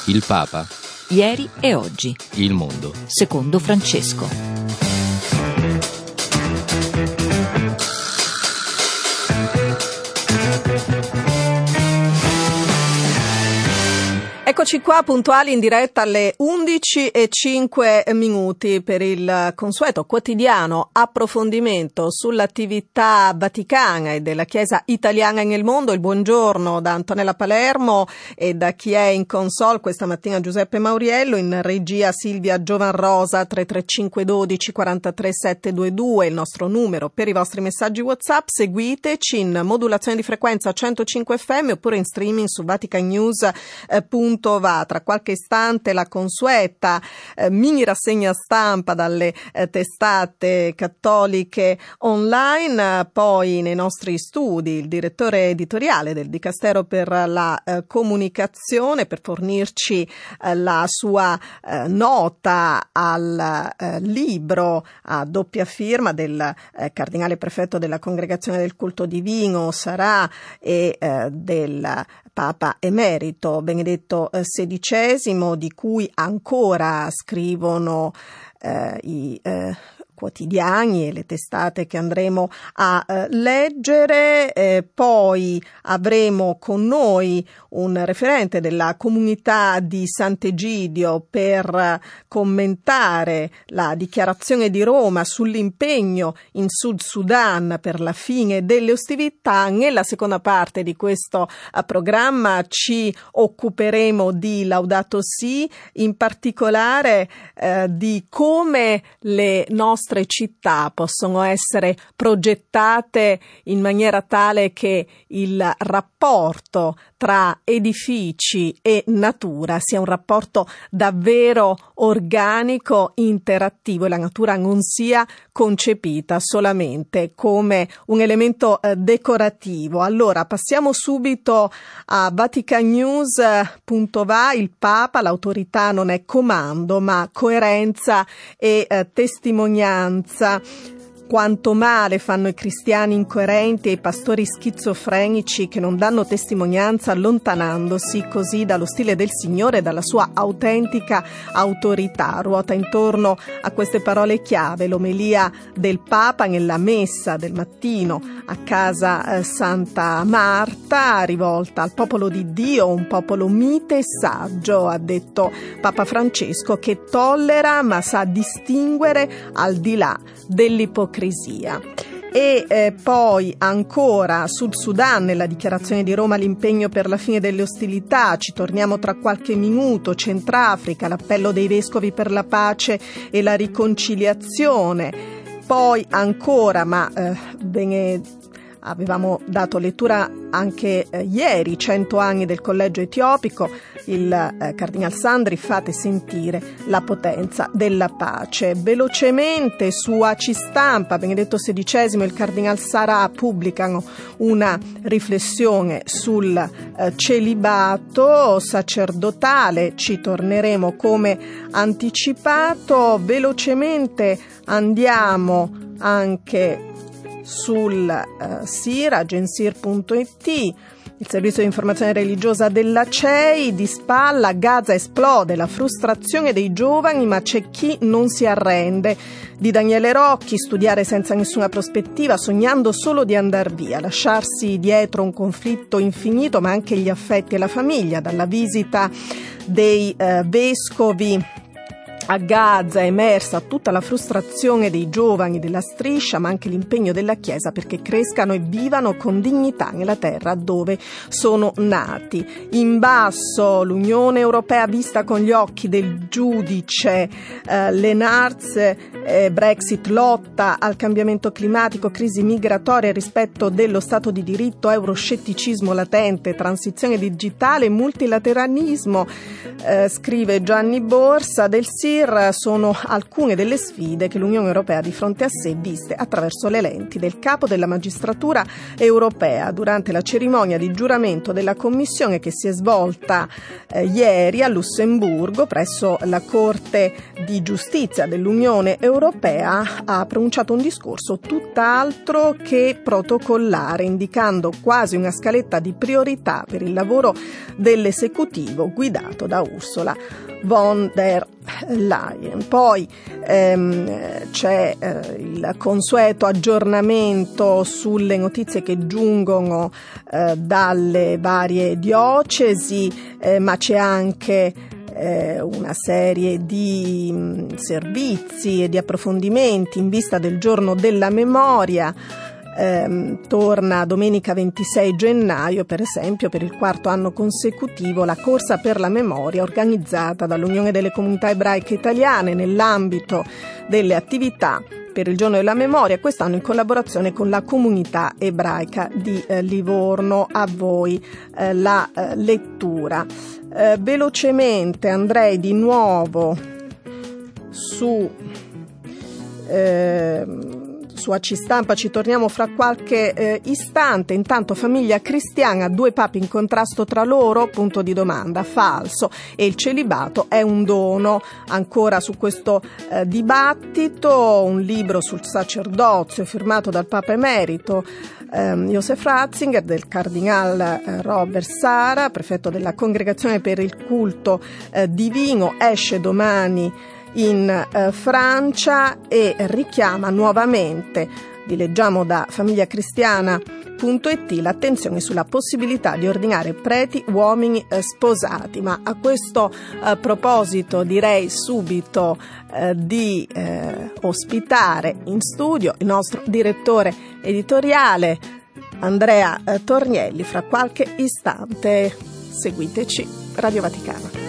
Il Papa. Ieri e oggi. Il mondo. Secondo Francesco. Eccoci qua puntuali in diretta alle 11:05 per il consueto quotidiano approfondimento sull'attività vaticana e della Chiesa italiana nel mondo. Il buongiorno da Antonella Palermo e da chi è in console questa mattina Giuseppe Mauriello, in regia Silvia Giovanrosa. 335 12 43 722 il nostro numero per i vostri messaggi WhatsApp. Seguiteci in modulazione di frequenza 105 FM oppure in streaming su vaticannews.va. Tra qualche istante la consueta mini rassegna stampa dalle testate cattoliche online, poi nei nostri studi il direttore editoriale del Dicastero per la comunicazione per fornirci la sua nota al libro a doppia firma del cardinale prefetto della Congregazione del Culto Divino Sarà e del Papa Emerito Benedetto XVI, di cui ancora scrivono i quotidiani e le testate che andremo a leggere. Poi avremo con noi un referente della comunità di Sant'Egidio per commentare la dichiarazione di Roma sull'impegno in Sud Sudan per la fine delle ostilità. Nella seconda parte di questo programma ci occuperemo di Laudato Si, in particolare di come le nostre città possono essere progettate in maniera tale che il rapporto tra edifici e natura sia un rapporto davvero organico, interattivo, e la natura non sia concepita solamente come un elemento decorativo. Allora passiamo subito a vaticannews.va. Il Papa, l'autorità non è comando ma coerenza e testimonianza. Quanto male fanno i cristiani incoerenti e i pastori schizofrenici che non danno testimonianza allontanandosi così dallo stile del Signore e dalla sua autentica autorità. Ruota intorno a queste parole chiave l'omelia del Papa nella messa del mattino a casa Santa Marta, rivolta al popolo di Dio, un popolo mite e saggio, ha detto Papa Francesco, che tollera ma sa distinguere al di là dell'ipocrisia. E poi ancora Sud Sudan, nella dichiarazione di Roma l'impegno per la fine delle ostilità, ci torniamo tra qualche minuto. Centrafrica, l'appello dei vescovi per la pace e la riconciliazione. Poi ancora, avevamo dato lettura anche ieri, 100 anni del collegio etiopico, il Cardinal Sandri, fate sentire la potenza della pace. Velocemente su AC Stampa, Benedetto XVI e il Cardinal Sarà pubblicano una riflessione sul celibato sacerdotale, ci torneremo come anticipato. Velocemente andiamo anche sul SIR, agensir.it, il servizio di informazione religiosa della CEI. Di spalla, Gaza esplode, la frustrazione dei giovani, ma c'è chi non si arrende. Di Daniele Rocchi, studiare senza nessuna prospettiva, sognando solo di andar via, lasciarsi dietro un conflitto infinito, ma anche gli affetti e la famiglia. Dalla visita dei vescovi a Gaza è emersa tutta la frustrazione dei giovani della striscia, ma anche l'impegno della Chiesa perché crescano e vivano con dignità nella terra dove sono nati. In basso, l'Unione Europea vista con gli occhi del giudice, Lenarz, Brexit, lotta al cambiamento climatico, crisi migratoria, rispetto dello Stato di diritto, euroscetticismo latente, transizione digitale, multilateralismo, scrive Gianni Borsa del SIR. Brexit sono alcune delle sfide che l'Unione Europea ha di fronte a sé, viste attraverso le lenti del capo della magistratura europea durante la cerimonia di giuramento della Commissione che si è svolta ieri a Lussemburgo presso la Corte di Giustizia dell'Unione Europea. Ha pronunciato un discorso tutt'altro che protocollare, indicando quasi una scaletta di priorità per il lavoro dell'esecutivo guidato da Ursula von der Leyen. Poi c'è il consueto aggiornamento sulle notizie che giungono dalle varie diocesi, ma c'è anche una serie di servizi e di approfondimenti in vista del giorno della memoria. Torna domenica 26 gennaio, per esempio, per il 4º anno consecutivo, la Corsa per la Memoria organizzata dall'Unione delle Comunità Ebraiche Italiane nell'ambito delle attività per il Giorno della Memoria, quest'anno in collaborazione con la Comunità Ebraica di Livorno. A voi la lettura. Velocemente andrei di nuovo su AC Stampa, ci torniamo fra qualche istante. Intanto Famiglia Cristiana, 2 papi in contrasto tra loro, punto di domanda, falso, e il celibato è un dono. Ancora su questo dibattito, un libro sul sacerdozio firmato dal Papa Emerito Josef Ratzinger, del Cardinal Robert Sara, prefetto della Congregazione per il Culto Divino, esce domani in Francia e richiama nuovamente, vi leggiamo da famigliacristiana.it, l'attenzione sulla possibilità di ordinare preti uomini sposati. Ma a questo proposito direi subito di ospitare in studio il nostro direttore editoriale Andrea Tornielli. Fra qualche istante seguiteci, Radio Vaticana.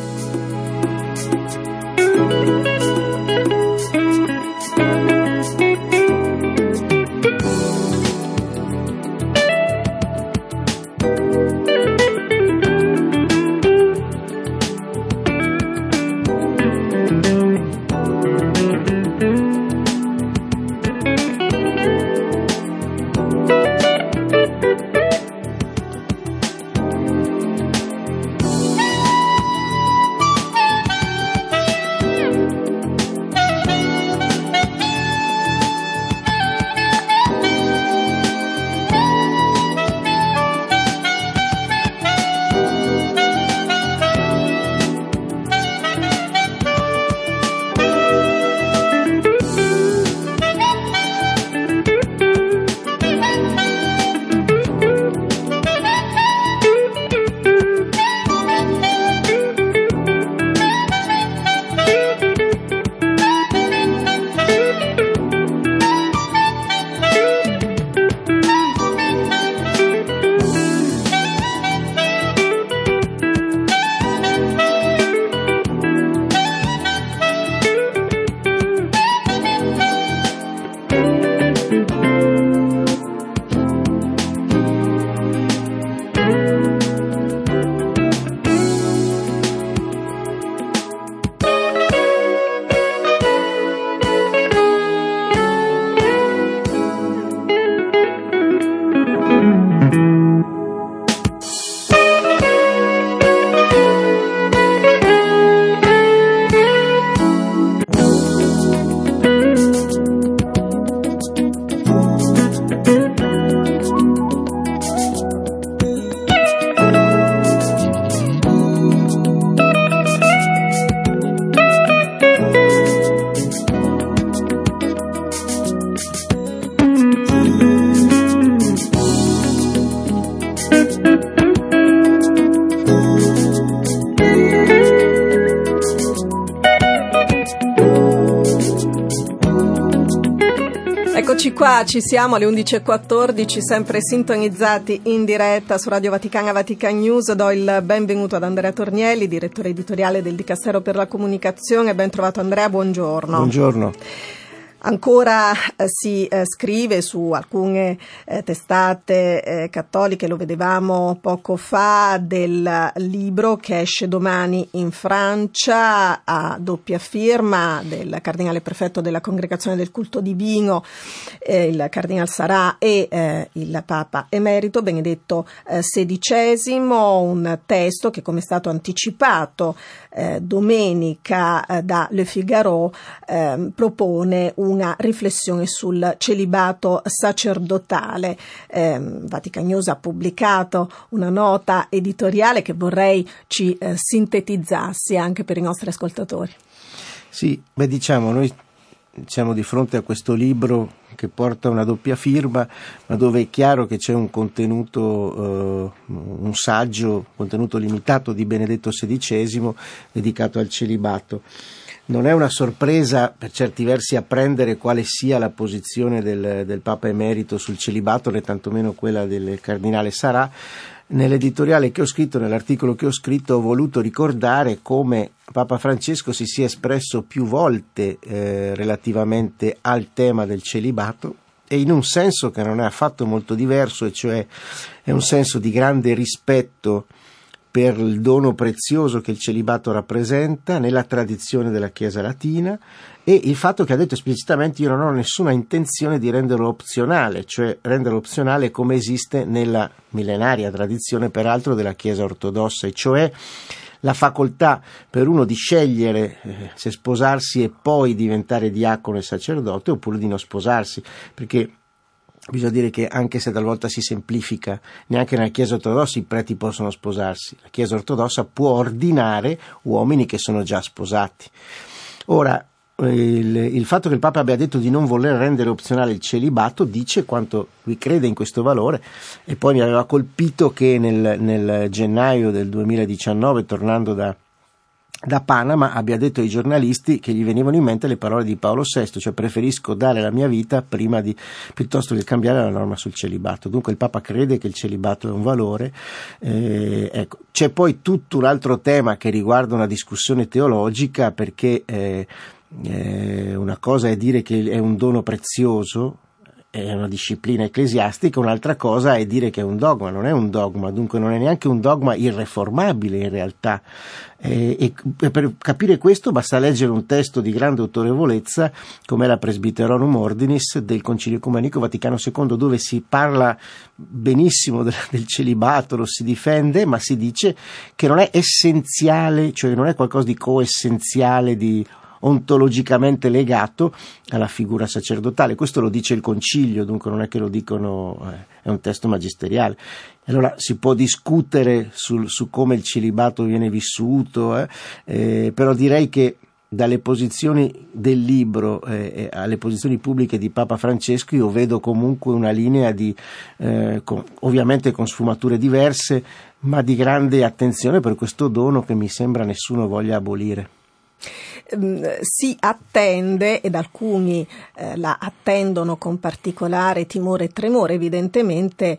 Eccoci qua, ci siamo alle 11.14, sempre sintonizzati in diretta su Radio Vaticana, Vatican News. Do il benvenuto ad Andrea Tornielli, direttore editoriale del Dicastero per la Comunicazione. Ben trovato Andrea, buongiorno. Buongiorno. Ancora si scrive su alcune testate cattoliche, lo vedevamo poco fa, del libro che esce domani in Francia a doppia firma del cardinale prefetto della Congregazione del Culto Divino, il cardinale Sarà, e il Papa Emerito Benedetto XVI, un testo che, come è stato anticipato domenica da Le Figaro, propone una riflessione sul celibato sacerdotale. Vatican News ha pubblicato una nota editoriale che vorrei ci sintetizzasse anche per i nostri ascoltatori. Sì, diciamo, noi siamo di fronte a questo libro che porta una doppia firma, ma dove è chiaro che c'è un contenuto, un saggio, contenuto limitato di Benedetto XVI dedicato al celibato. Non è una sorpresa per certi versi apprendere quale sia la posizione del Papa Emerito sul celibato, né tantomeno quella del cardinale Sarà. Nell'editoriale che ho scritto, nell'articolo che ho scritto, ho voluto ricordare come Papa Francesco si sia espresso più volte relativamente al tema del celibato, e in un senso che non è affatto molto diverso, e cioè è un senso di grande rispetto per il dono prezioso che il celibato rappresenta nella tradizione della Chiesa latina, e il fatto che ha detto esplicitamente: io non ho nessuna intenzione di renderlo opzionale, cioè renderlo opzionale come esiste nella millenaria tradizione peraltro della Chiesa ortodossa, e cioè la facoltà per uno di scegliere se sposarsi e poi diventare diacono e sacerdote, oppure di non sposarsi, perché bisogna dire che, anche se talvolta si semplifica, neanche nella Chiesa ortodossa i preti possono sposarsi. La Chiesa ortodossa può ordinare uomini che sono già sposati. Ora, il fatto che il Papa abbia detto di non voler rendere opzionale il celibato dice quanto lui crede in questo valore, e poi mi aveva colpito che nel gennaio del 2019, tornando da Panama, abbia detto ai giornalisti che gli venivano in mente le parole di Paolo VI, cioè: preferisco dare la mia vita piuttosto che cambiare la norma sul celibato. Dunque il Papa crede che il celibato è un valore. Ecco. C'è poi tutto un altro tema che riguarda una discussione teologica, perché una cosa è dire che è un dono prezioso, è una disciplina ecclesiastica, un'altra cosa è dire che è un dogma. Non è un dogma, dunque non è neanche un dogma irreformabile in realtà, e per capire questo basta leggere un testo di grande autorevolezza come la Presbyterorum Ordinis del Concilio Ecumenico Vaticano II, dove si parla benissimo del celibato, lo si difende, ma si dice che non è essenziale, cioè non è qualcosa di coessenziale, di ontologicamente legato alla figura sacerdotale. Questo lo dice il Concilio, dunque non è che lo dicono, è un testo magisteriale. Allora si può discutere su come il celibato viene vissuto, però direi che dalle posizioni del libro alle posizioni pubbliche di Papa Francesco io vedo comunque una linea ovviamente con sfumature diverse, ma di grande attenzione per questo dono che mi sembra nessuno voglia abolire. Si attende, ed alcuni la attendono con particolare timore e tremore, evidentemente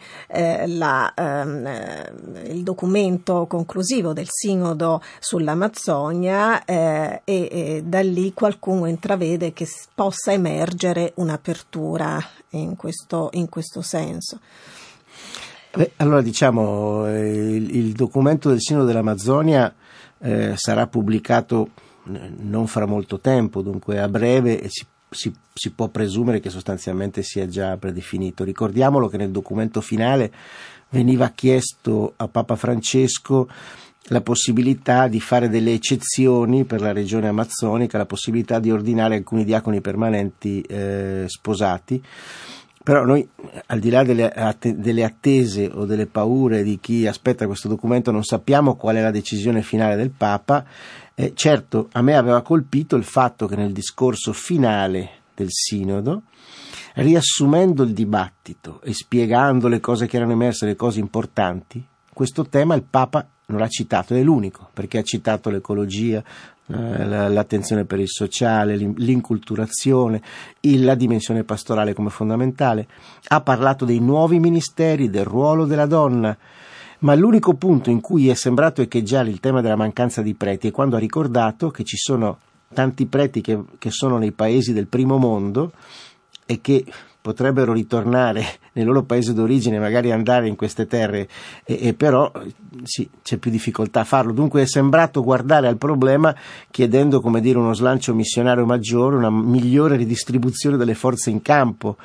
il documento conclusivo del Sinodo sull'Amazzonia, e da lì qualcuno intravede che possa emergere un'apertura in questo senso. Allora diciamo il documento del Sinodo dell'Amazzonia sarà pubblicato non fra molto tempo, dunque a breve, e si può presumere che sostanzialmente sia già predefinito. Ricordiamolo che nel documento finale veniva chiesto a Papa Francesco la possibilità di fare delle eccezioni per la regione amazzonica, la possibilità di ordinare alcuni diaconi permanenti sposati. Però noi, al di là delle attese o delle paure di chi aspetta questo documento, non sappiamo qual è la decisione finale del Papa. Certo, a me aveva colpito il fatto che nel discorso finale del Sinodo, riassumendo il dibattito e spiegando le cose che erano emerse, le cose importanti, questo tema il Papa non l'ha citato, è l'unico, perché ha citato l'ecologia, l'attenzione per il sociale, l'inculturazione, la dimensione pastorale come fondamentale. Ha parlato dei nuovi ministeri, del ruolo della donna, ma l'unico punto in cui è sembrato echeggiare il tema della mancanza di preti è quando ha ricordato che ci sono tanti preti che sono nei paesi del primo mondo e che potrebbero ritornare nel loro paese d'origine, magari andare in queste terre, e però sì, c'è più difficoltà a farlo. Dunque è sembrato guardare al problema chiedendo, come dire, uno slancio missionario maggiore, una migliore ridistribuzione delle forze in campo,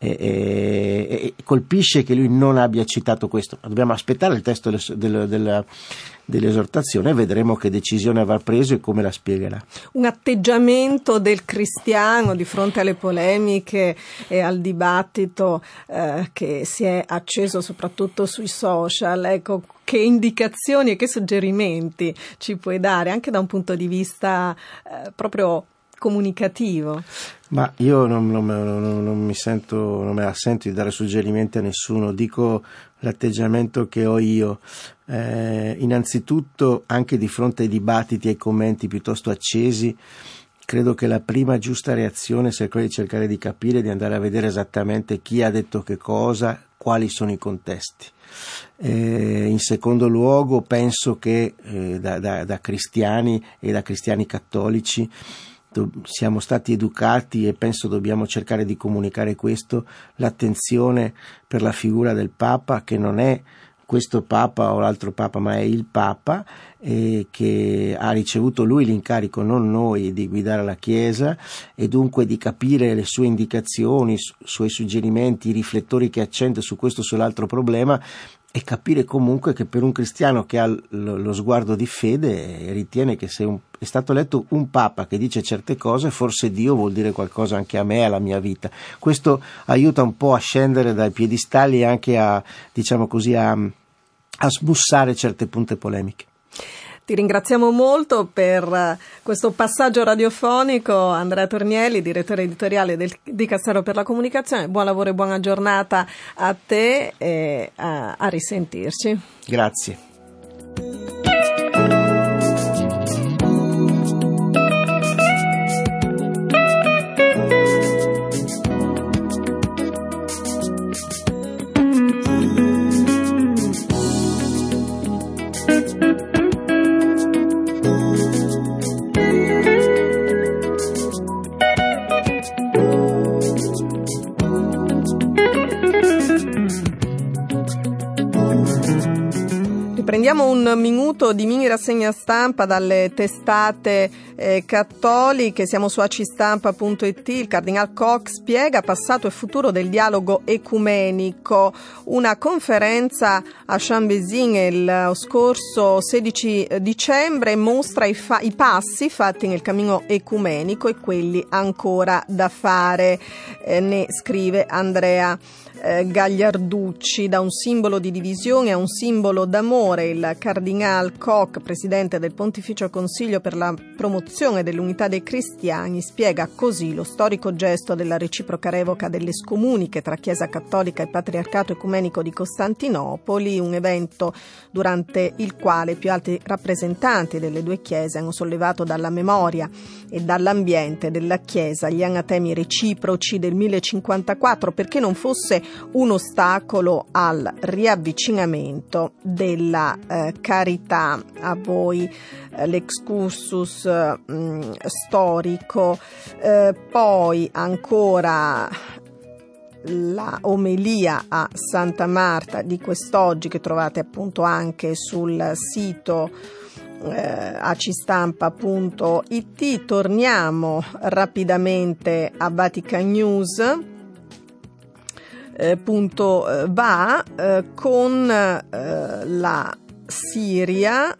e colpisce che lui non abbia citato questo. Dobbiamo aspettare il testo dell'esortazione e vedremo che decisione avrà preso e come la spiegherà. Un atteggiamento del cristiano di fronte alle polemiche e al dibattito che si è acceso soprattutto sui social. Ecco, che indicazioni e che suggerimenti ci puoi dare anche da un punto di vista proprio comunicativo? Ma io non mi la sento di dare suggerimenti a nessuno, dico l'atteggiamento che ho io. Innanzitutto, anche di fronte ai dibattiti e ai commenti piuttosto accesi, credo che la prima giusta reazione sia quella di cercare di capire, di andare a vedere esattamente chi ha detto che cosa, quali sono i contesti. In secondo luogo, penso che da cristiani e da cristiani cattolici siamo stati educati, e penso dobbiamo cercare di comunicare questo, l'attenzione per la figura del Papa, che non è questo Papa o l'altro Papa, ma è il Papa, che ha ricevuto lui l'incarico, non noi, di guidare la Chiesa, e dunque di capire le sue indicazioni, i suoi suggerimenti, i riflettori che accende su questo o sull'altro problema, e capire comunque che per un cristiano che ha lo sguardo di fede ritiene che se è stato eletto un Papa che dice certe cose, forse Dio vuol dire qualcosa anche a me e alla mia vita. Questo aiuta un po' a scendere dai piedistalli e anche a, diciamo così, a smussare certe punte polemiche. Ti ringraziamo molto per questo passaggio radiofonico, Andrea Tornielli, direttore editoriale del Dicastero per la Comunicazione. Buon lavoro e buona giornata a te e a risentirci. Grazie. Prendiamo un minuto di mini rassegna stampa dalle testate cattoliche. Siamo su acistampa.it. Il Cardinal Koch spiega passato e futuro del dialogo ecumenico. Una conferenza a Chambézin il scorso 16 dicembre mostra i passi fatti nel cammino ecumenico e quelli ancora da fare, ne scrive Andrea Gagliarducci. Da un simbolo di divisione a un simbolo d'amore, il Cardinal Koch, presidente del Pontificio Consiglio per la promozione dell'unità dei cristiani, spiega così lo storico gesto della reciproca revoca delle scomuniche tra Chiesa Cattolica e Patriarcato Ecumenico di Costantinopoli, un evento durante il quale più alti rappresentanti delle due chiese hanno sollevato dalla memoria e dall'ambiente della Chiesa gli anatemi reciproci del 1054, perché non fosse un ostacolo al riavvicinamento della carità. A voi l'excursus storico. Poi ancora la omelia a Santa Marta di quest'oggi, che trovate appunto anche sul sito acistampa.it. Torniamo rapidamente a Vatican News. Con la Siria.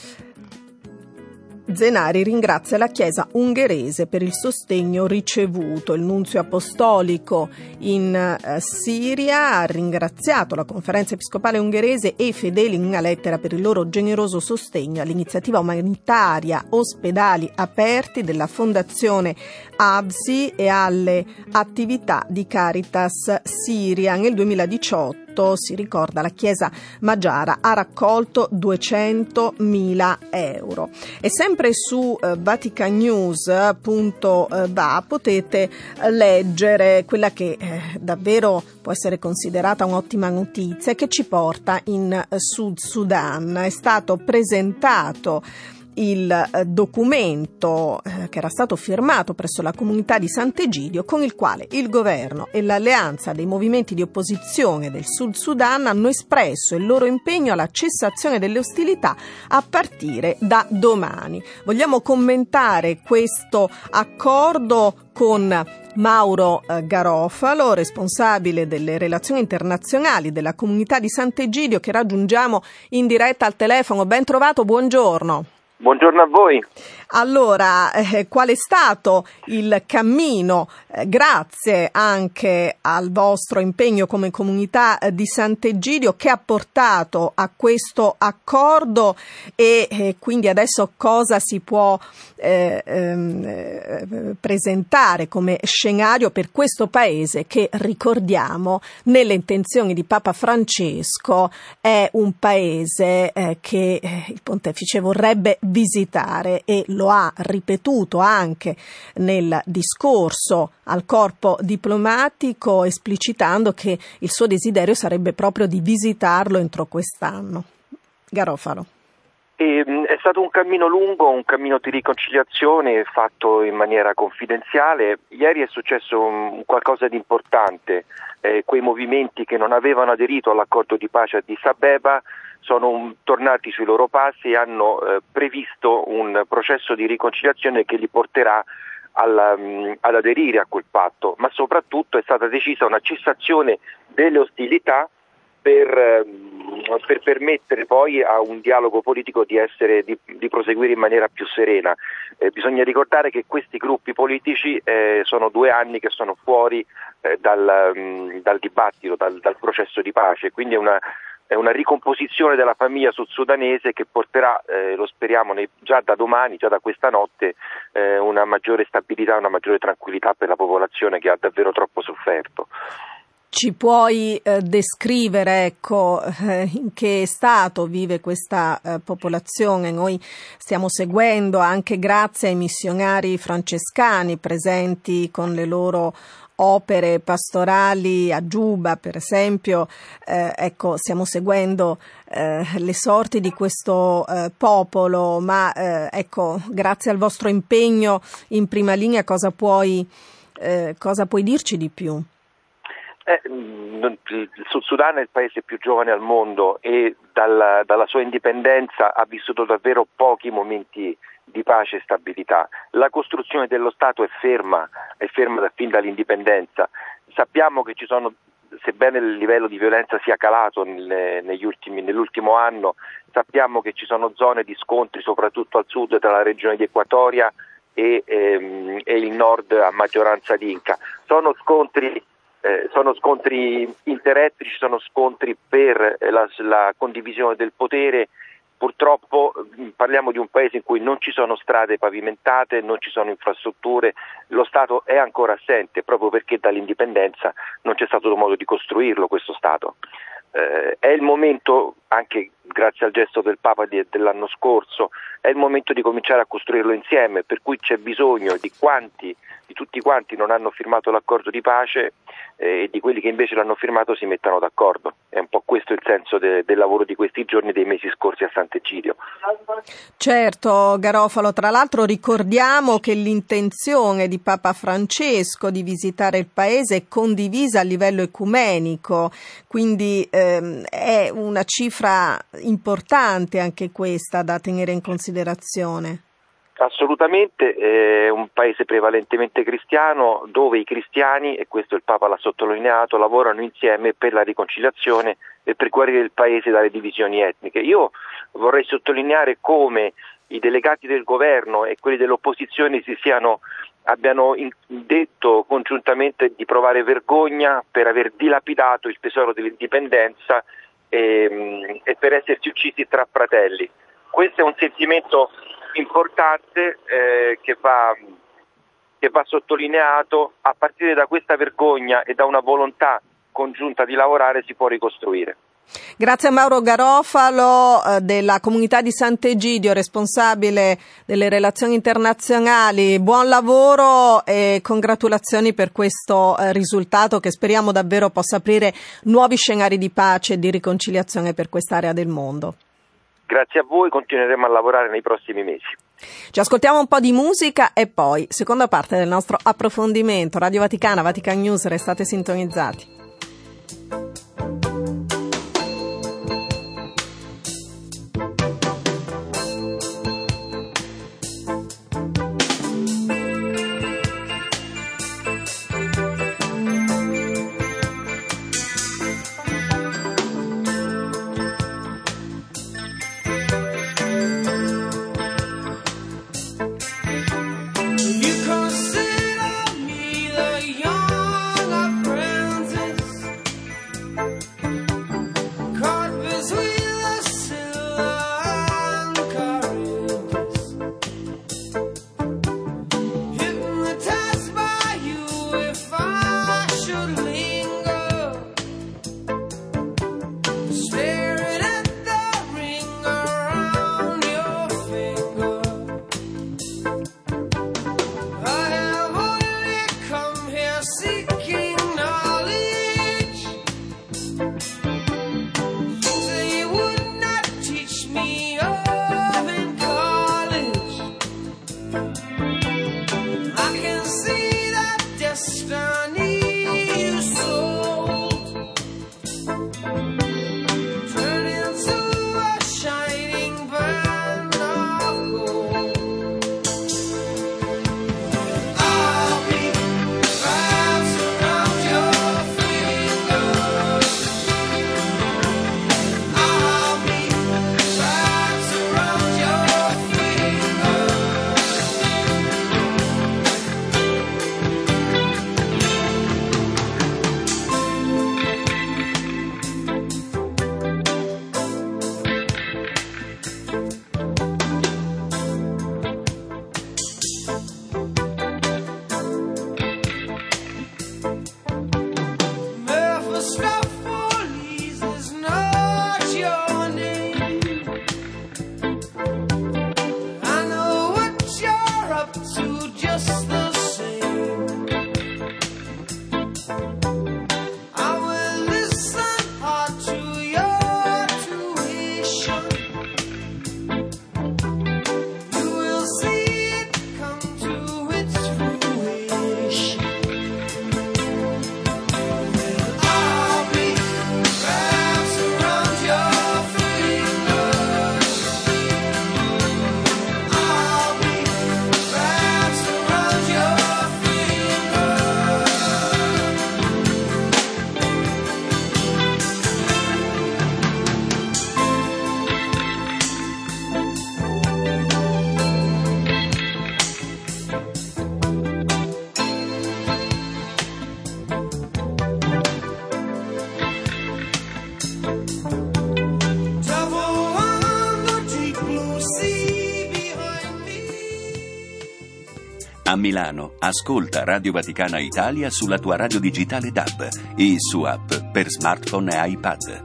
Zenari ringrazia la Chiesa ungherese per il sostegno ricevuto. Il nunzio apostolico in Siria ha ringraziato la Conferenza Episcopale ungherese e i fedeli in una lettera per il loro generoso sostegno all'iniziativa umanitaria Ospedali Aperti della Fondazione ABSI e alle attività di Caritas Siria. Nel 2018, si ricorda, la Chiesa Magiara ha raccolto 200.000 euro. E sempre su vaticannews.va potete leggere quella che davvero può essere considerata un'ottima notizia, che ci porta in Sud Sudan. È stato presentato il documento che era stato firmato presso la comunità di Sant'Egidio, con il quale il governo e l'alleanza dei movimenti di opposizione del Sud Sudan hanno espresso il loro impegno alla cessazione delle ostilità a partire da domani. Vogliamo commentare questo accordo con Mauro Garofalo, responsabile delle relazioni internazionali della comunità di Sant'Egidio, che raggiungiamo in diretta al telefono. Ben trovato, buongiorno. Buongiorno a voi. Allora, qual è stato il cammino, grazie anche al vostro impegno come comunità di Sant'Egidio, che ha portato a questo accordo e quindi adesso cosa si può presentare come scenario per questo paese che, ricordiamo, nelle intenzioni di Papa Francesco è un paese che il pontefice vorrebbe visitare e lo ha ripetuto anche nel discorso al corpo diplomatico, esplicitando che il suo desiderio sarebbe proprio di visitarlo entro quest'anno. Garofalo. È stato un cammino lungo, un cammino di riconciliazione fatto in maniera confidenziale. Ieri è successo qualcosa di importante. Quei movimenti che non avevano aderito all'accordo di pace a Addis Abeba sono tornati sui loro passi e hanno previsto un processo di riconciliazione che li porterà ad aderire a quel patto, ma soprattutto è stata decisa una cessazione delle ostilità per permettere poi a un dialogo politico di proseguire in maniera più serena. Bisogna ricordare che questi gruppi politici sono 2 anni che sono fuori dal dibattito, dal processo di pace, quindi è una ricomposizione della famiglia sudsudanese che porterà, lo speriamo già da domani, già da questa notte, una maggiore stabilità, una maggiore tranquillità per la popolazione che ha davvero troppo sofferto. Ci puoi descrivere in che stato vive questa popolazione? Noi stiamo seguendo, anche grazie ai missionari francescani presenti con le loro opere pastorali a Giuba, per esempio, stiamo seguendo le sorti di questo popolo, ma grazie al vostro impegno in prima linea cosa puoi dirci di più? Il Sud Sudan è il paese più giovane al mondo e dalla sua indipendenza ha vissuto davvero pochi momenti di pace e stabilità. La costruzione dello Stato è ferma fin dall'indipendenza. Sappiamo che ci sono, sebbene il livello di violenza sia calato nell'ultimo anno, sappiamo che ci sono zone di scontri soprattutto al sud tra la regione di Equatoria e il nord a maggioranza dinka. Sono scontri interetnici, sono scontri per la condivisione del potere. Purtroppo parliamo di un paese in cui non ci sono strade pavimentate, non ci sono infrastrutture, lo Stato è ancora assente proprio perché dall'indipendenza non c'è stato modo di costruirlo questo Stato. È il momento, anche grazie al gesto del Papa dell'anno scorso, è il momento di cominciare a costruirlo insieme, per cui c'è bisogno di tutti quanti non hanno firmato l'accordo di pace e di quelli che invece l'hanno firmato si mettano d'accordo. È un po' questo il senso del lavoro di questi giorni, dei mesi scorsi a Sant'Egidio. Certo, Garofalo, tra l'altro ricordiamo che l'intenzione di Papa Francesco di visitare il paese è condivisa a livello ecumenico, quindi è una cifra importante anche questa da tenere in considerazione. Assolutamente, è un paese prevalentemente cristiano dove i cristiani, e questo il Papa l'ha sottolineato, lavorano insieme per la riconciliazione e per guarire il paese dalle divisioni etniche. Io vorrei sottolineare come i delegati del governo e quelli dell'opposizione abbiano detto congiuntamente di provare vergogna per aver dilapidato il tesoro dell'indipendenza e per essersi uccisi tra fratelli. Questo è un sentimento importante che va sottolineato. A partire da questa vergogna e da una volontà congiunta di lavorare si può ricostruire. Grazie a Mauro Garofalo della comunità di Sant'Egidio, responsabile delle relazioni internazionali. Buon lavoro e congratulazioni per questo risultato che speriamo davvero possa aprire nuovi scenari di pace e di riconciliazione per quest'area del mondo. Grazie a voi, continueremo a lavorare nei prossimi mesi. Ci ascoltiamo un po' di musica e poi, seconda parte del nostro approfondimento. Radio Vaticana, Vatican News, restate sintonizzati. A Milano, ascolta Radio Vaticana Italia sulla tua radio digitale DAB e su app per smartphone e iPad.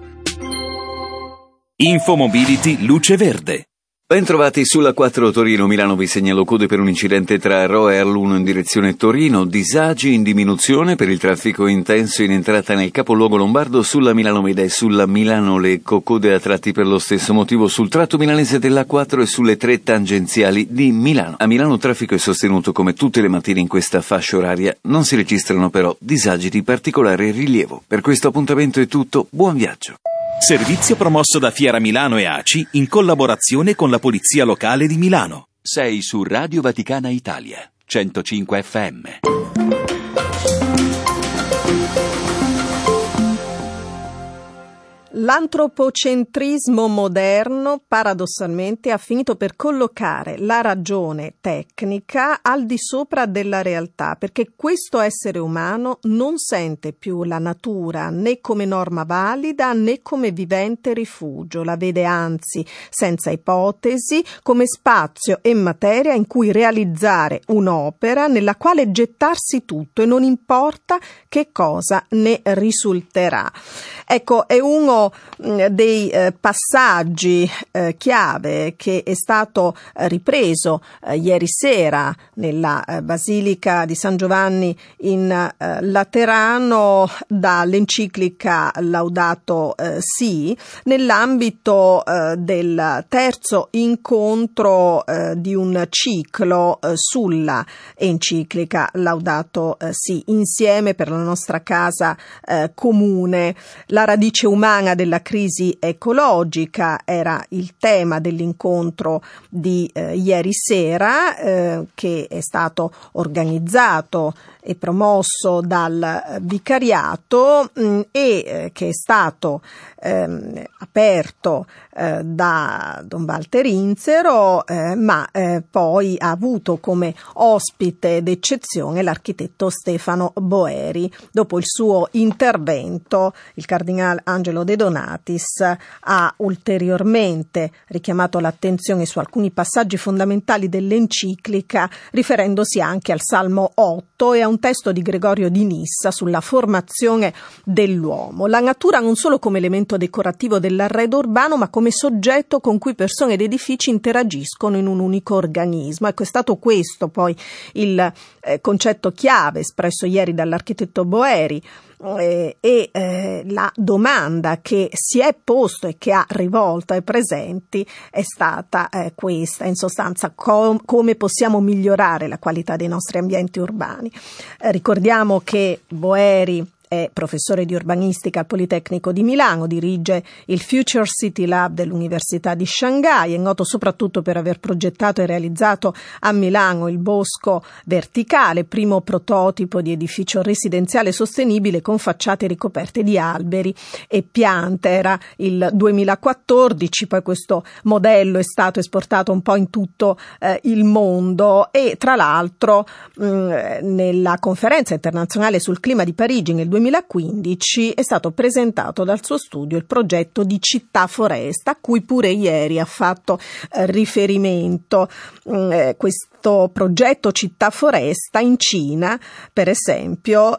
Infomobility Luce Verde. Bentrovati sulla 4 Torino. Milano vi segnalo code per un incidente tra Roe e L1 in direzione Torino, disagi in diminuzione per il traffico intenso in entrata nel capoluogo lombardo sulla Milano-Meda e sulla Milano-Lecco, code a tratti per lo stesso motivo sul tratto milanese della 4 e sulle 3 tangenziali di Milano. A Milano traffico è sostenuto come tutte le mattine in questa fascia oraria, non si registrano però disagi di particolare rilievo. Per questo appuntamento è tutto, buon viaggio. Servizio promosso da Fiera Milano e ACI in collaborazione con la Polizia Locale di Milano. Sei su Radio Vaticana Italia, 105 FM. L'antropocentrismo moderno paradossalmente ha finito per collocare la ragione tecnica al di sopra della realtà, perché questo essere umano non sente più la natura né come norma valida né come vivente rifugio, la vede anzi senza ipotesi come spazio e materia in cui realizzare un'opera nella quale gettarsi tutto e non importa che cosa ne risulterà. Ecco, è uno uno dei passaggi chiave che è stato ripreso ieri sera nella Basilica di San Giovanni in Laterano dall'enciclica Laudato Si, nell'ambito del terzo incontro di un ciclo sulla enciclica Laudato Si, insieme per la nostra casa comune. La radice umana della crisi ecologica era il tema dell'incontro di ieri sera, che è stato organizzato e promosso dal Vicariato e che è stato aperto da Don Walter Inzero, ma poi ha avuto come ospite d'eccezione l'architetto Stefano Boeri. Dopo il suo intervento, il cardinale Angelo De Donatis ha ulteriormente richiamato l'attenzione su alcuni passaggi fondamentali dell'enciclica, riferendosi anche al Salmo 8 e a un testo di Gregorio di Nissa sulla formazione dell'uomo. La natura non solo come elemento decorativo dell'arredo urbano, ma come soggetto con cui persone ed edifici interagiscono in un unico organismo. Ecco, è stato questo poi il concetto chiave espresso ieri dall'architetto Boeri, e la domanda che si è posto e che ha rivolto ai presenti è stata questa, in sostanza come possiamo migliorare la qualità dei nostri ambienti urbani. Ricordiamo che Boeri è professore di urbanistica al Politecnico di Milano, dirige il Future City Lab dell'Università di Shanghai, è noto soprattutto per aver progettato e realizzato a Milano il Bosco Verticale, primo prototipo di edificio residenziale sostenibile con facciate ricoperte di alberi e piante. Era il 2014, poi questo modello è stato esportato un po' in tutto il mondo e tra l'altro nella conferenza internazionale sul clima di Parigi nel 2015 è stato presentato dal suo studio il progetto di città-foresta, a cui pure ieri ha fatto riferimento. Questo progetto città-foresta in Cina, per esempio,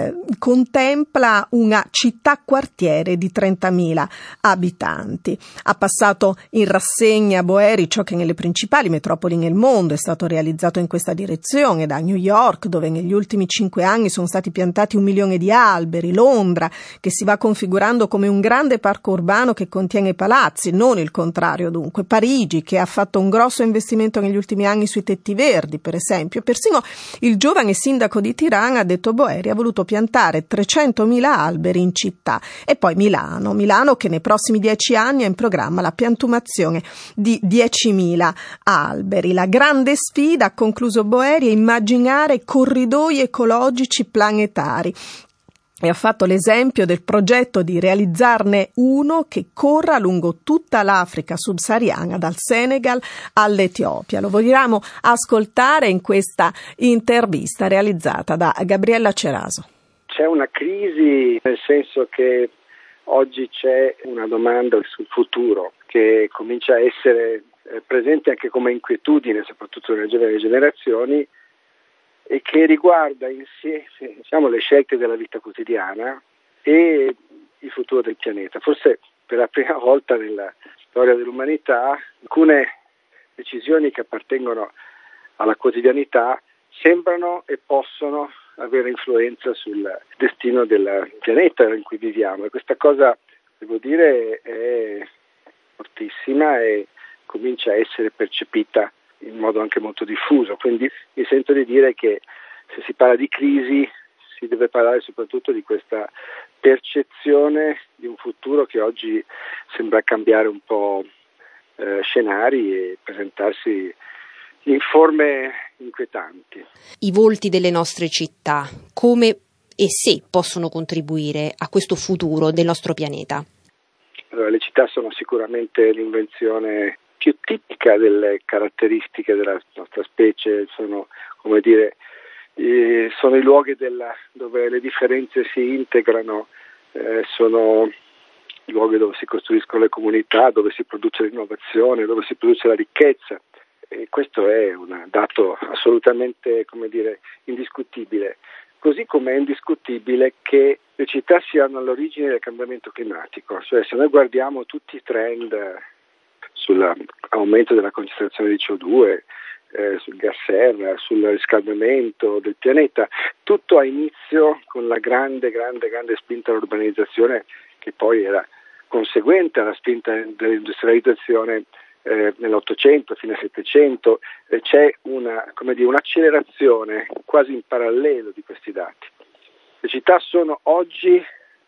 contempla una città-quartiere di 30.000 abitanti. Ha passato in rassegna Boeri ciò che nelle principali metropoli nel mondo è stato realizzato in questa direzione, da New York, dove negli ultimi 5 anni sono stati piantati 1 milione di alberi, Londra, che si va configurando come un grande parco urbano che contiene palazzi, non il contrario dunque, Parigi, che ha fatto un grosso investimento negli ultimi anni sui tetti verdi, per esempio. Persino il giovane sindaco di Tirana, ha detto Boeri, ha voluto piantare 300.000 alberi in città. E poi Milano che nei prossimi 10 anni ha in programma la piantumazione di 10.000 alberi. La grande sfida, ha concluso Boeri, è immaginare corridoi ecologici planetari. E ha fatto l'esempio del progetto di realizzarne uno che corra lungo tutta l'Africa subsahariana, dal Senegal all'Etiopia. Lo vogliamo ascoltare in questa intervista realizzata da Gabriella Ceraso. C'è una crisi, nel senso che oggi c'è una domanda sul futuro che comincia a essere presente anche come inquietudine, soprattutto nelle giovani generazioni, e che riguarda insieme, le scelte della vita quotidiana e il futuro del pianeta. Forse per la prima volta nella storia dell'umanità alcune decisioni che appartengono alla quotidianità sembrano e possono avere influenza sul destino del pianeta in cui viviamo, e questa cosa, devo dire, è fortissima e comincia a essere percepita in modo anche molto diffuso. Quindi mi sento di dire che se si parla di crisi si deve parlare soprattutto di questa percezione di un futuro che oggi sembra cambiare un po' scenari e presentarsi in forme inquietanti. I volti delle nostre città, come e se possono contribuire a questo futuro del nostro pianeta? Allora, le città sono sicuramente l'invenzione più tipica delle caratteristiche della nostra specie, sono sono i luoghi dove le differenze si integrano, sono i luoghi dove si costruiscono le comunità, dove si produce l'innovazione, dove si produce la ricchezza, e questo è un dato assolutamente, indiscutibile. così come è indiscutibile che le città siano all'origine del cambiamento climatico, cioè se noi guardiamo tutti i trend sull'aumento della concentrazione di CO2, sul gas serra, sul riscaldamento del pianeta, tutto ha inizio con la grande spinta all'urbanizzazione che poi era conseguente alla spinta dell'industrializzazione nell'Ottocento, fine Settecento. C'è un'accelerazione quasi in parallelo di questi dati. Le città sono oggi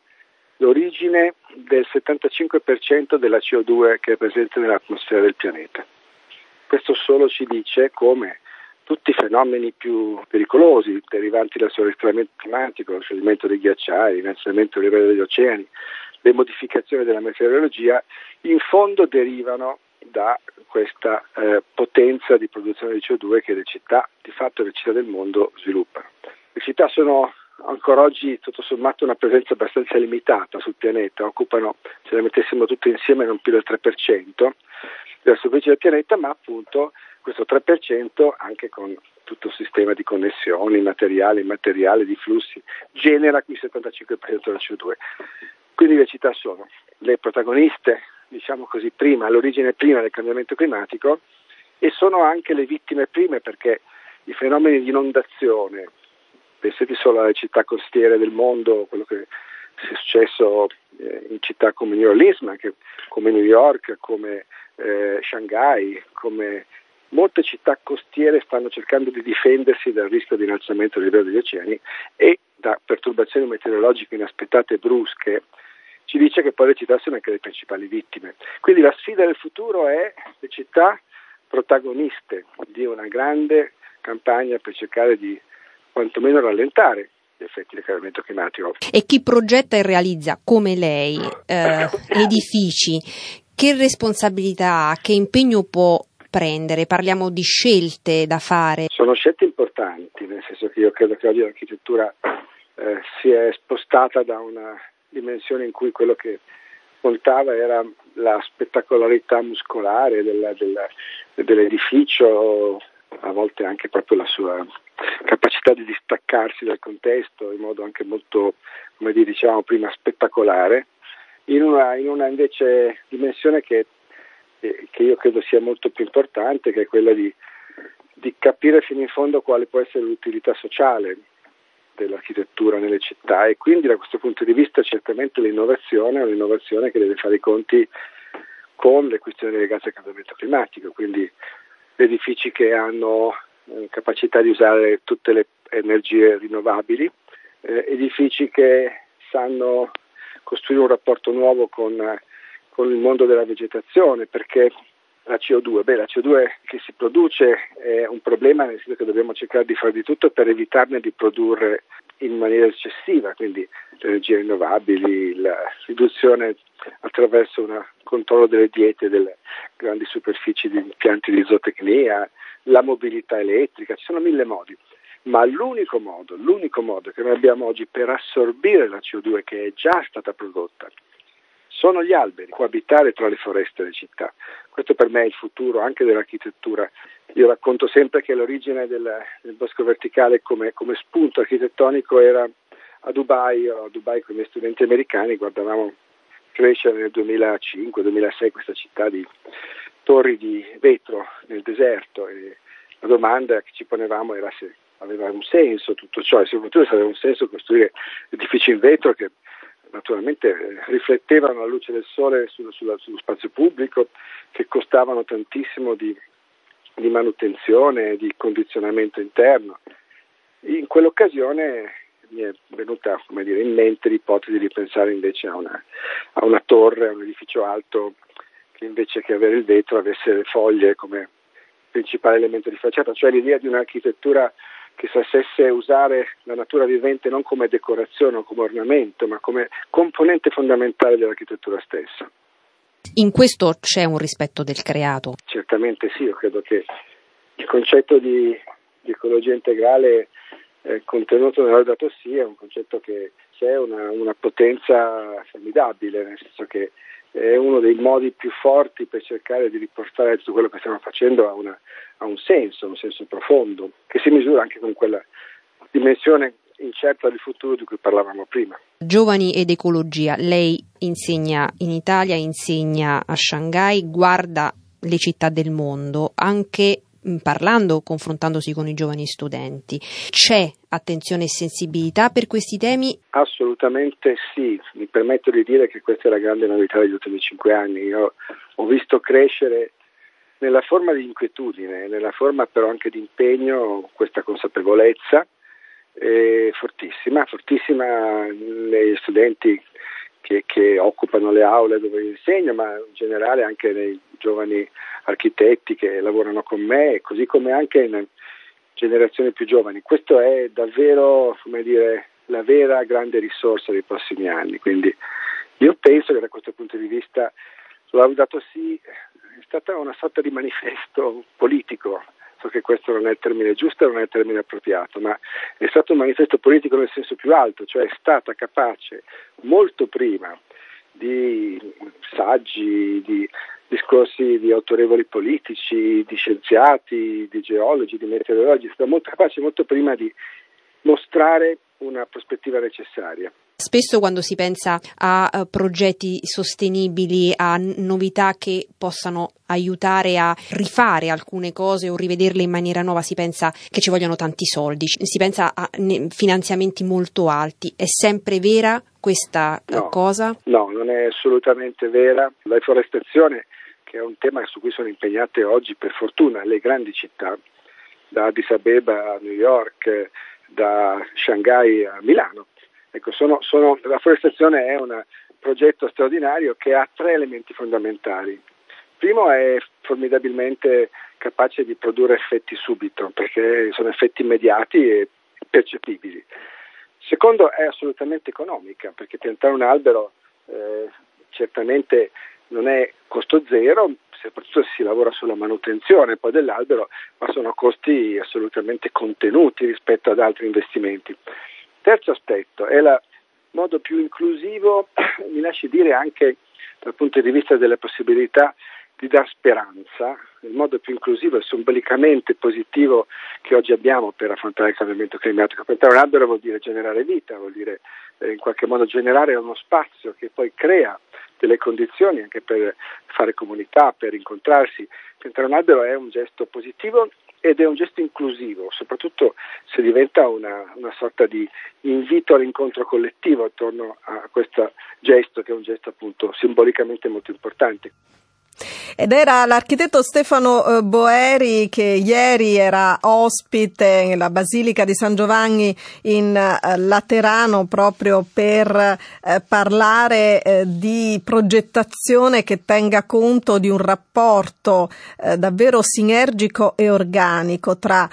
l'origine del 75% della CO2 che è presente nell'atmosfera del pianeta. Questo solo ci dice come tutti i fenomeni più pericolosi derivanti dal surriscaldamento climatico, lo scioglimento dei ghiacciai, l'innalzamento del livello degli oceani, le modificazioni della meteorologia, in fondo derivano da questa potenza di produzione di CO2 che le città, di fatto le città del mondo, sviluppano. Le città sono ancora oggi tutto sommato una presenza abbastanza limitata sul pianeta, occupano, se le mettessimo tutte insieme, non più del 3% della superficie del pianeta, ma appunto questo 3%, anche con tutto un sistema di connessioni materiali, immateriali, di flussi, genera qui il 75% della CO2. Quindi le città sono le protagoniste, diciamo così, all'origine prima del cambiamento climatico, e sono anche le vittime prime, perché i fenomeni di inondazione, pensate solo alle città costiere del mondo, quello che è successo in città come New Orleans, ma anche come New York, come Shanghai, come molte città costiere stanno cercando di difendersi dal rischio di innalzamento del livello degli oceani e da perturbazioni meteorologiche inaspettate e brusche, ci dice che poi le città sono anche le principali vittime. Quindi la sfida del futuro è le città protagoniste di una grande campagna per cercare di quantomeno rallentare gli effetti del cambiamento climatico. E chi progetta e realizza, come lei, edifici, che responsabilità ha, che impegno può prendere? Parliamo di scelte da fare. Sono scelte importanti, nel senso che io credo che oggi l'architettura si è spostata da una dimensione in cui quello che contava era la spettacolarità muscolare dell'edificio, a volte anche proprio la sua capacità di distaccarsi dal contesto in modo anche molto, come dicevamo prima, spettacolare, in una invece dimensione che io credo sia molto più importante, che è quella di capire fino in fondo quale può essere l'utilità sociale dell'architettura nelle città, e quindi da questo punto di vista certamente l'innovazione è un'innovazione che deve fare i conti con le questioni legate al cambiamento climatico, quindi edifici che hanno capacità di usare tutte le energie rinnovabili, edifici che sanno costruire un rapporto nuovo con il mondo della vegetazione, perché la CO2 che si produce è un problema, nel senso che dobbiamo cercare di fare di tutto per evitarne di produrre in maniera eccessiva, quindi le energie rinnovabili, la riduzione attraverso un controllo delle diete delle grandi superfici di impianti di zootecnia, la mobilità elettrica, ci sono 1000 modi, ma l'unico modo che noi abbiamo oggi per assorbire la CO2 che è già stata prodotta sono gli alberi, coabitare tra le foreste e le città. Questo per me è il futuro anche dell'architettura. Io racconto sempre che l'origine del bosco verticale come spunto architettonico era a Dubai con i miei studenti americani, guardavamo crescere nel 2005-2006 questa città di torri di vetro nel deserto, e la domanda che ci ponevamo era se aveva un senso tutto ciò, e soprattutto se aveva un senso costruire edifici in vetro che naturalmente riflettevano la luce del sole sullo spazio pubblico, che costavano tantissimo di manutenzione, di condizionamento interno. In quell'occasione mi è venuta, in mente l'ipotesi di pensare invece a una torre, a un edificio alto che invece che avere il vetro avesse le foglie come principale elemento di facciata, cioè l'idea di un'architettura che sapesse usare la natura vivente non come decorazione o come ornamento, ma come componente fondamentale dell'architettura stessa. In questo c'è un rispetto del creato? Certamente sì, io credo che il concetto di ecologia integrale contenuto nella Laudato Si è un concetto che c'è una potenza formidabile, nel senso che è uno dei modi più forti per cercare di riportare tutto quello che stiamo facendo a un senso profondo, che si misura anche con quella dimensione incerta del futuro di cui parlavamo prima. Giovani ed ecologia, lei insegna in Italia, insegna a Shanghai, guarda le città del mondo, anche parlando, confrontandosi con i giovani studenti. C'è attenzione e sensibilità per questi temi? Assolutamente sì, mi permetto di dire che questa è la grande novità degli ultimi 5 anni. Io ho visto crescere nella forma di inquietudine, nella forma però anche di impegno, questa consapevolezza fortissima negli studenti che occupano le aule dove io insegno, ma in generale anche nei giovani architetti che lavorano con me, così come anche in generazioni più giovani. Questo è davvero, la vera grande risorsa dei prossimi anni. Quindi io penso che da questo punto di vista Laudato Si è stata una sorta di manifesto politico. So che questo non è il termine giusto, non è il termine appropriato, ma è stato un manifesto politico nel senso più alto, cioè è stata capace molto prima di saggi, di discorsi di autorevoli politici, di scienziati, di geologi, di meteorologi, è stata molto capace molto prima di mostrare una prospettiva necessaria. Spesso quando si pensa a progetti sostenibili, a novità che possano aiutare a rifare alcune cose o rivederle in maniera nuova, si pensa che ci vogliono tanti soldi, si pensa a finanziamenti molto alti. È sempre vera questa cosa? No, non è assolutamente vera. La deforestazione, che è un tema su cui sono impegnate oggi per fortuna le grandi città, da Addis Abeba a New York, da Shanghai a Milano. Ecco, la forestazione è un progetto straordinario che ha 3 elementi fondamentali. Primo, è formidabilmente capace di produrre effetti subito, perché sono effetti immediati e percepibili. Secondo, è assolutamente economica, perché piantare un albero certamente non è costo zero, soprattutto se si lavora sulla manutenzione poi dell'albero, ma sono costi assolutamente contenuti rispetto ad altri investimenti. Terzo aspetto, è il modo più inclusivo, mi lasci dire anche dal punto di vista delle possibilità di dar speranza, il modo più inclusivo e simbolicamente positivo che oggi abbiamo per affrontare il cambiamento climatico. Piantare un albero vuol dire generare vita, vuol dire in qualche modo generare uno spazio che poi crea delle condizioni anche per fare comunità, per incontrarsi. Piantare un albero è un gesto positivo ed è un gesto inclusivo, soprattutto se diventa una sorta di invito all'incontro collettivo attorno a questo gesto, che è un gesto appunto simbolicamente molto importante. Ed era l'architetto Stefano Boeri che ieri era ospite nella Basilica di San Giovanni in Laterano proprio per parlare di progettazione che tenga conto di un rapporto davvero sinergico e organico tra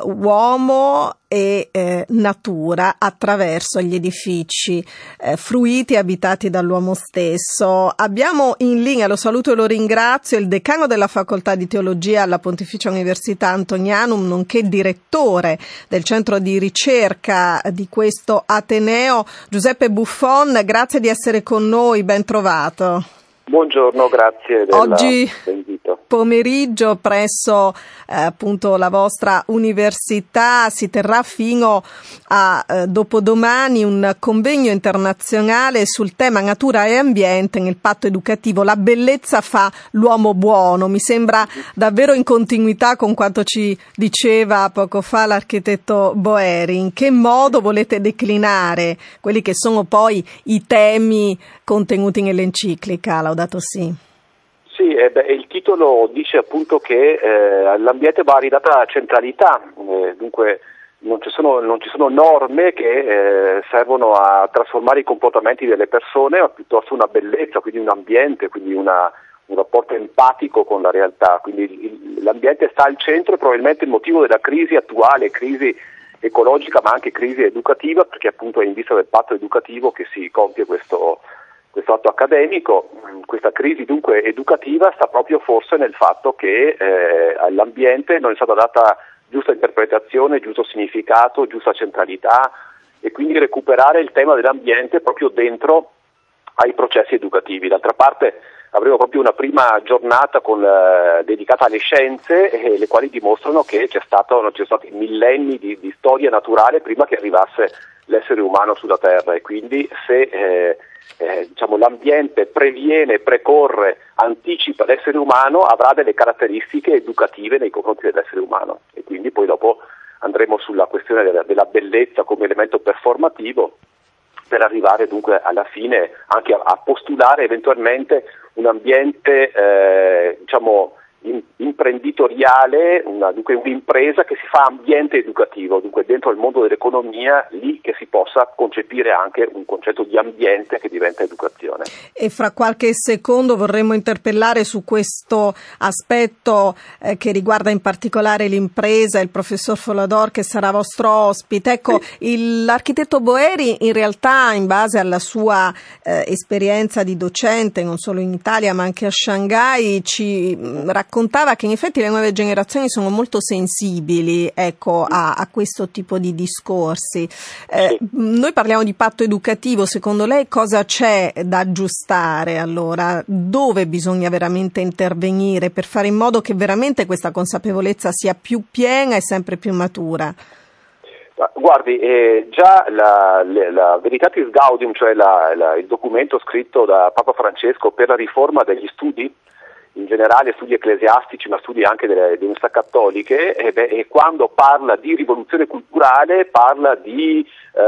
uomo e natura attraverso gli edifici fruiti e abitati dall'uomo stesso. Abbiamo in linea, lo saluto e lo ringrazio, il decano della Facoltà di Teologia alla Pontificia Università Antonianum, nonché direttore del centro di ricerca di questo Ateneo, Giuseppe Buffon. Grazie di essere con noi, ben trovato. Buongiorno, grazie dell'invito. Pomeriggio presso appunto la vostra università si terrà fino a dopodomani un convegno internazionale sul tema natura e ambiente nel patto educativo. La bellezza fa l'uomo buono. Mi sembra davvero in continuità con quanto ci diceva poco fa l'architetto Boeri. In che modo volete declinare quelli che sono poi i temi contenuti nell'enciclica Laudato Si? Sì, il titolo dice appunto che all'ambiente va ridata centralità, dunque non ci sono norme che servono a trasformare i comportamenti delle persone, ma piuttosto una bellezza, quindi un ambiente, quindi un rapporto empatico con la realtà. Quindi l'ambiente sta al centro, probabilmente il motivo della crisi attuale, crisi ecologica ma anche crisi educativa, perché appunto è in vista del patto educativo che si compie questo atto accademico. Questa crisi dunque educativa sta proprio forse nel fatto che all'ambiente non è stata data giusta interpretazione, giusto significato, giusta centralità, e quindi recuperare il tema dell'ambiente proprio dentro ai processi educativi. D'altra parte avremo proprio una prima giornata dedicata alle scienze, le quali dimostrano che ci sono stati millenni di storia naturale prima che arrivasse l'essere umano sulla Terra, e quindi se l'ambiente previene, precorre, anticipa l'essere umano, avrà delle caratteristiche educative nei confronti dell'essere umano, e quindi poi dopo andremo sulla questione della bellezza come elemento performativo, per arrivare dunque alla fine anche a postulare eventualmente un ambiente imprenditoriale, dunque un'impresa che si fa ambiente educativo, dunque dentro il mondo dell'economia, lì che si possa concepire anche un concetto di ambiente che diventa educazione. E fra qualche secondo vorremmo interpellare su questo aspetto che riguarda in particolare l'impresa il professor Folador, che sarà vostro ospite. Ecco, sì. L'architetto Boeri in realtà, in base alla sua esperienza di docente non solo in Italia ma anche a Shanghai, ci raccontava che in effetti le nuove generazioni sono molto sensibili, ecco, a questo tipo di discorsi. Noi parliamo di patto educativo, secondo lei cosa c'è da aggiustare allora? Dove bisogna veramente intervenire per fare in modo che veramente questa consapevolezza sia più piena e sempre più matura? Guardi, già la Veritatis Gaudium, cioè il documento scritto da Papa Francesco per la riforma degli studi, in generale studi ecclesiastici ma studi anche delle università cattoliche, e quando parla di rivoluzione culturale parla del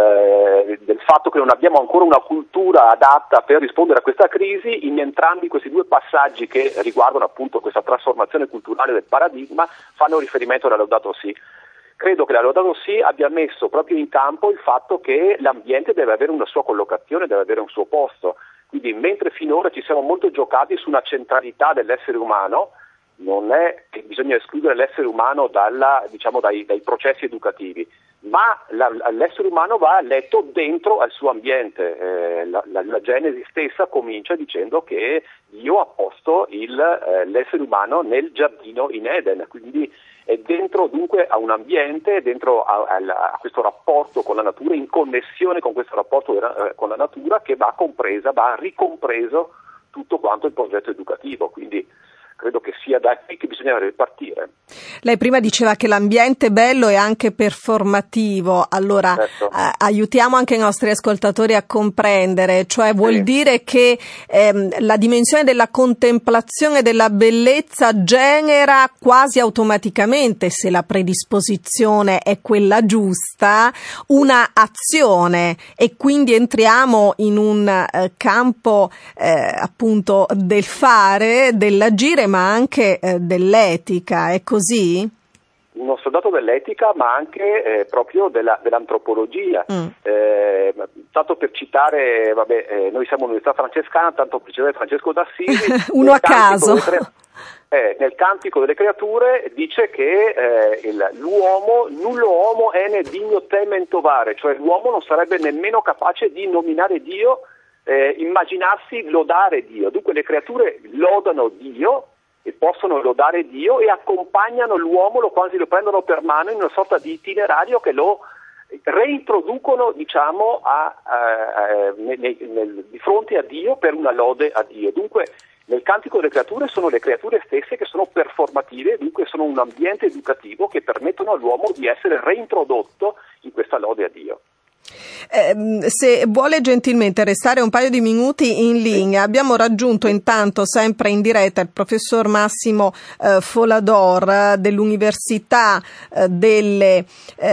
fatto che non abbiamo ancora una cultura adatta per rispondere a questa crisi. In entrambi questi due passaggi che riguardano appunto questa trasformazione culturale del paradigma fanno riferimento alla Laudato Si. Credo che la Laudato Si abbia messo proprio in campo il fatto che l'ambiente deve avere una sua collocazione, deve avere un suo posto. Quindi mentre finora ci siamo molto giocati su una centralità dell'essere umano, non è che bisogna escludere l'essere umano dai processi educativi, ma l'essere umano va letto dentro al suo ambiente. La Genesi stessa comincia dicendo che Dio ha posto l'essere umano nel giardino in Eden, quindi è dentro dunque a un ambiente, dentro a questo rapporto con la natura, in connessione con questo rapporto con la natura, che va ricompreso tutto quanto il progetto educativo. Quindi credo che sia da qui che bisogna ripartire. Lei prima diceva che l'ambiente bello è anche performativo, allora certo. Aiutiamo anche i nostri ascoltatori a comprendere, cioè vuol dire che la dimensione della contemplazione della bellezza genera quasi automaticamente, se la predisposizione è quella giusta, una azione, e quindi entriamo in un campo appunto del fare, dell'agire, ma anche dell'etica. È così? Non soltanto dell'etica, ma anche proprio dell'antropologia. Tanto per citare, noi siamo un'università francescana, tanto per citare Francesco d'Assisi. Uno a caso. Nel Cantico delle Creature dice che l'uomo, nullo homo ene digno te mentovare, cioè l'uomo non sarebbe nemmeno capace di nominare Dio, immaginarsi lodare Dio. Dunque le creature lodano Dio e possono lodare Dio e accompagnano l'uomo, quasi lo prendono per mano in una sorta di itinerario che lo reintroducono, di fronte a Dio per una lode a Dio. Dunque nel Cantico delle Creature sono le creature stesse che sono performative, dunque sono un ambiente educativo che permettono all'uomo di essere reintrodotto in questa lode a Dio. Se vuole gentilmente restare un paio di minuti in linea, abbiamo raggiunto intanto sempre in diretta il professor Massimo Folador dell'Università delle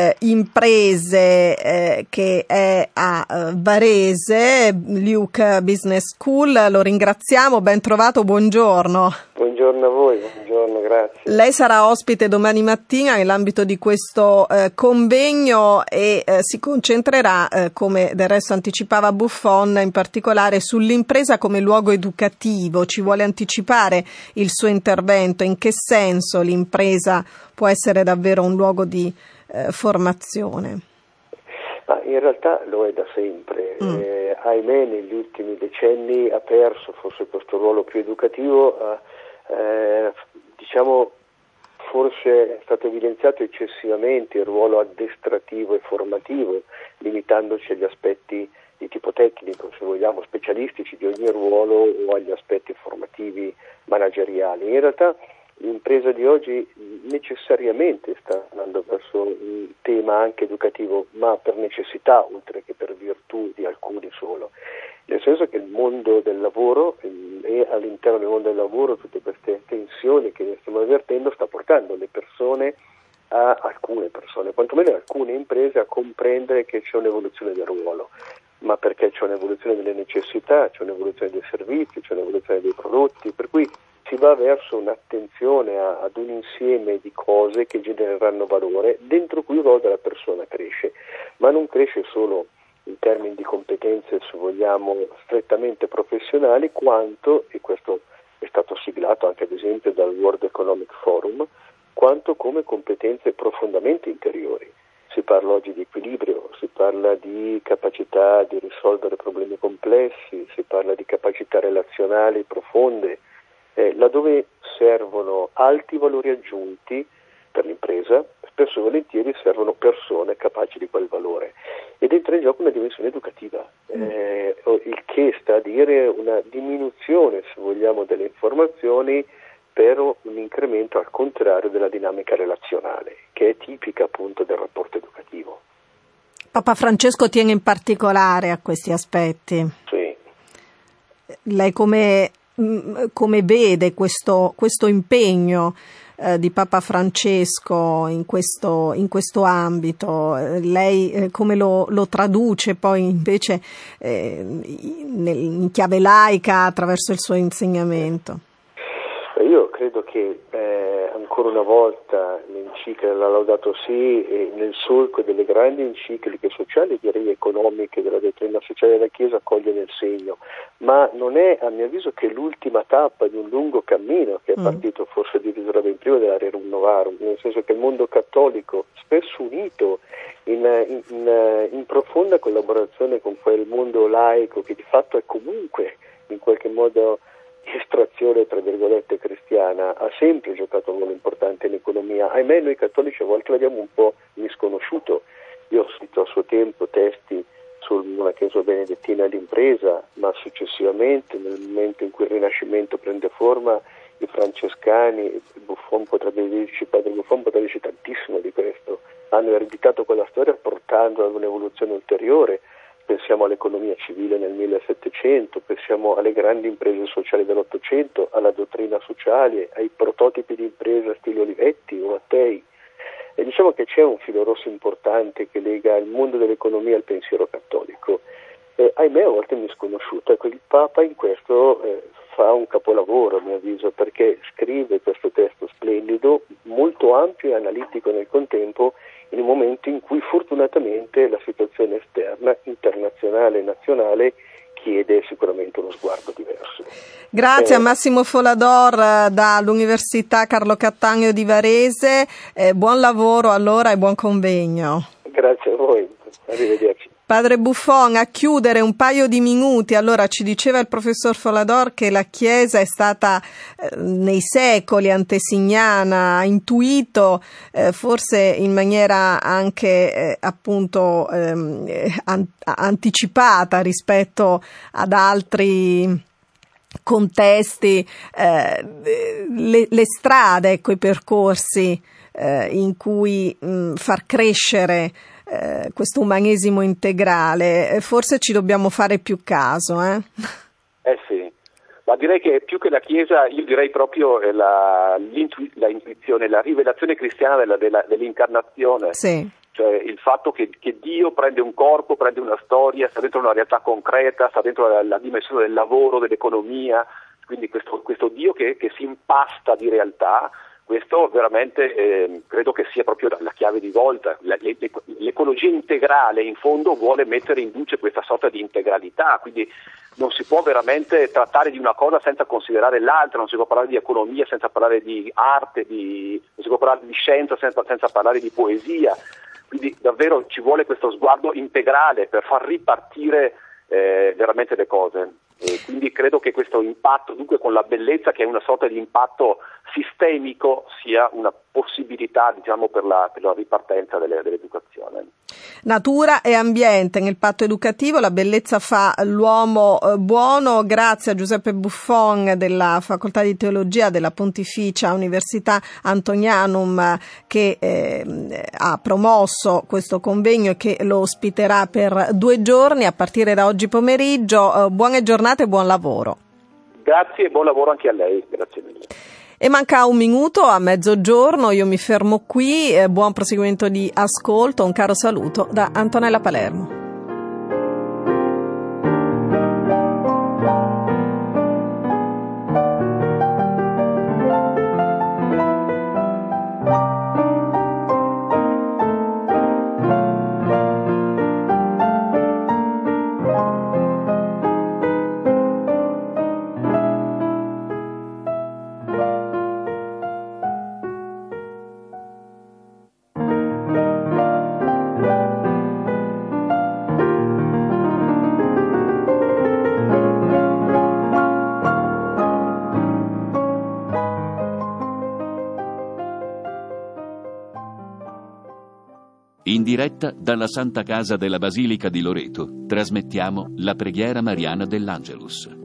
Imprese che è a Varese, Luke Business School. Lo ringraziamo, ben trovato, buongiorno. Buongiorno a voi, buongiorno, grazie. Lei sarà ospite domani mattina nell'ambito di questo convegno e si concentrerà, come del resto anticipava Buffon, in particolare sull'impresa come luogo educativo. Ci vuole anticipare il suo intervento? In che senso l'impresa può essere davvero un luogo di formazione? Ma in realtà lo è da sempre. Ahimè, negli ultimi decenni ha perso forse questo ruolo più educativo, forse è stato evidenziato eccessivamente il ruolo addestrativo e formativo, limitandoci agli aspetti di tipo tecnico, se vogliamo, specialistici di ogni ruolo o agli aspetti formativi manageriali. In realtà l'impresa di oggi necessariamente sta andando verso un tema anche educativo, ma per necessità oltre che per virtù di alcuni solo, nel senso che il mondo del lavoro e all'interno del mondo del lavoro tutte queste tensioni che stiamo avvertendo sta portando alcune persone, quantomeno alcune imprese, a comprendere che c'è un'evoluzione del ruolo, ma perché c'è un'evoluzione delle necessità, c'è un'evoluzione dei servizi, c'è un'evoluzione dei prodotti, per cui si va verso un'attenzione ad un insieme di cose che genereranno valore, dentro cui il ruolo della persona cresce, ma non cresce solo in termini di competenze, se vogliamo, strettamente professionali, quanto, e questo è stato siglato anche ad esempio dal World Economic Forum, quanto come competenze profondamente interiori. Si parla oggi di equilibrio, si parla di capacità di risolvere problemi complessi, si parla di capacità relazionali profonde, laddove servono alti valori aggiunti per l'impresa, spesso e volentieri servono persone capaci di quel valore, ed entra in gioco una dimensione educativa, il che sta a dire una diminuzione, se vogliamo, delle informazioni per un incremento al contrario della dinamica relazionale, che è tipica appunto del rapporto educativo. Papa Francesco tiene in particolare a questi aspetti. Sì. Lei come vede questo impegno di Papa Francesco in questo ambito? Lei come lo traduce poi invece in chiave laica attraverso il suo insegnamento? Io credo che ancora una volta l'enciclica la Laudato Si, nel solco delle grandi encicliche sociali, direi economiche, della dottrina sociale della Chiesa, coglie nel segno, ma non è a mio avviso che l'ultima tappa di un lungo cammino che è partito forse di Gesù ben prima della Rerum Novarum, nel senso che il mondo cattolico, spesso unito in profonda collaborazione con quel mondo laico che di fatto è comunque in qualche modo estrazione tra virgolette cristiana, ha sempre giocato un ruolo importante in economia. Ahimè, noi cattolici a volte l'abbiamo un po' misconosciuto. Io ho scritto a suo tempo testi sul monacheso benedettino all'impresa, ma successivamente, nel momento in cui il Rinascimento prende forma, i francescani, Buffon potrebbe dirci, padre Buffon potrebbe dirci tantissimo di questo, hanno ereditato quella storia portando ad un'evoluzione ulteriore. Pensiamo all'economia civile nel 1700, pensiamo alle grandi imprese sociali dell'Ottocento, alla dottrina sociale, ai prototipi di impresa stile Olivetti o Mattei. E diciamo che c'è un filo rosso importante che lega il mondo dell'economia al pensiero cattolico. Ahimè, a volte misconosciuto. Ecco, il Papa in questo fa un capolavoro, a mio avviso, perché scrive questo testo splendido, molto ampio e analitico nel contempo, in un momento in cui fortunatamente la situazione esterna, internazionale e nazionale chiede sicuramente uno sguardo diverso. Grazie a Massimo Folador dall'Università Carlo Cattaneo di Varese, buon lavoro allora e buon convegno. Grazie a voi, arrivederci. Padre Buffon, a chiudere un paio di minuti, allora ci diceva il professor Folador che la Chiesa è stata nei secoli antesignana, ha intuito forse in maniera anche anticipata rispetto ad altri contesti, le strade, ecco, i percorsi in cui far crescere questo umanesimo integrale. Forse ci dobbiamo fare più caso, sì, ma direi che più che la Chiesa, io direi proprio l'intuizione, la rivelazione cristiana dell'incarnazione. Sì. Cioè il fatto che Dio prende un corpo, prende una storia, sta dentro una realtà concreta, sta dentro la dimensione del lavoro, dell'economia, quindi questo Dio che si impasta di realtà. Questo veramente credo che sia proprio la chiave di volta. L'ecologia integrale in fondo vuole mettere in luce questa sorta di integralità, quindi non si può veramente trattare di una cosa senza considerare l'altra, non si può parlare di economia senza parlare di arte, non si può parlare di scienza senza parlare di poesia, quindi davvero ci vuole questo sguardo integrale per far ripartire veramente le cose. E quindi credo che questo impatto, dunque con la bellezza, che è una sorta di impatto sistemico, sia una possibilità, diciamo, per la ripartenza dell'educazione. Natura e ambiente nel patto educativo, la bellezza fa l'uomo buono. Grazie a Giuseppe Buffon della Facoltà di Teologia della Pontificia Università Antonianum che ha promosso questo convegno e che lo ospiterà per 2 giorni a partire da oggi pomeriggio. Buone giornate e buon lavoro. Grazie e buon lavoro anche a lei, grazie mille. E manca 1 minuto a mezzogiorno, io mi fermo qui, buon proseguimento di ascolto, un caro saluto da Antonella Palermo. In diretta dalla Santa Casa della Basilica di Loreto trasmettiamo la preghiera mariana dell'Angelus.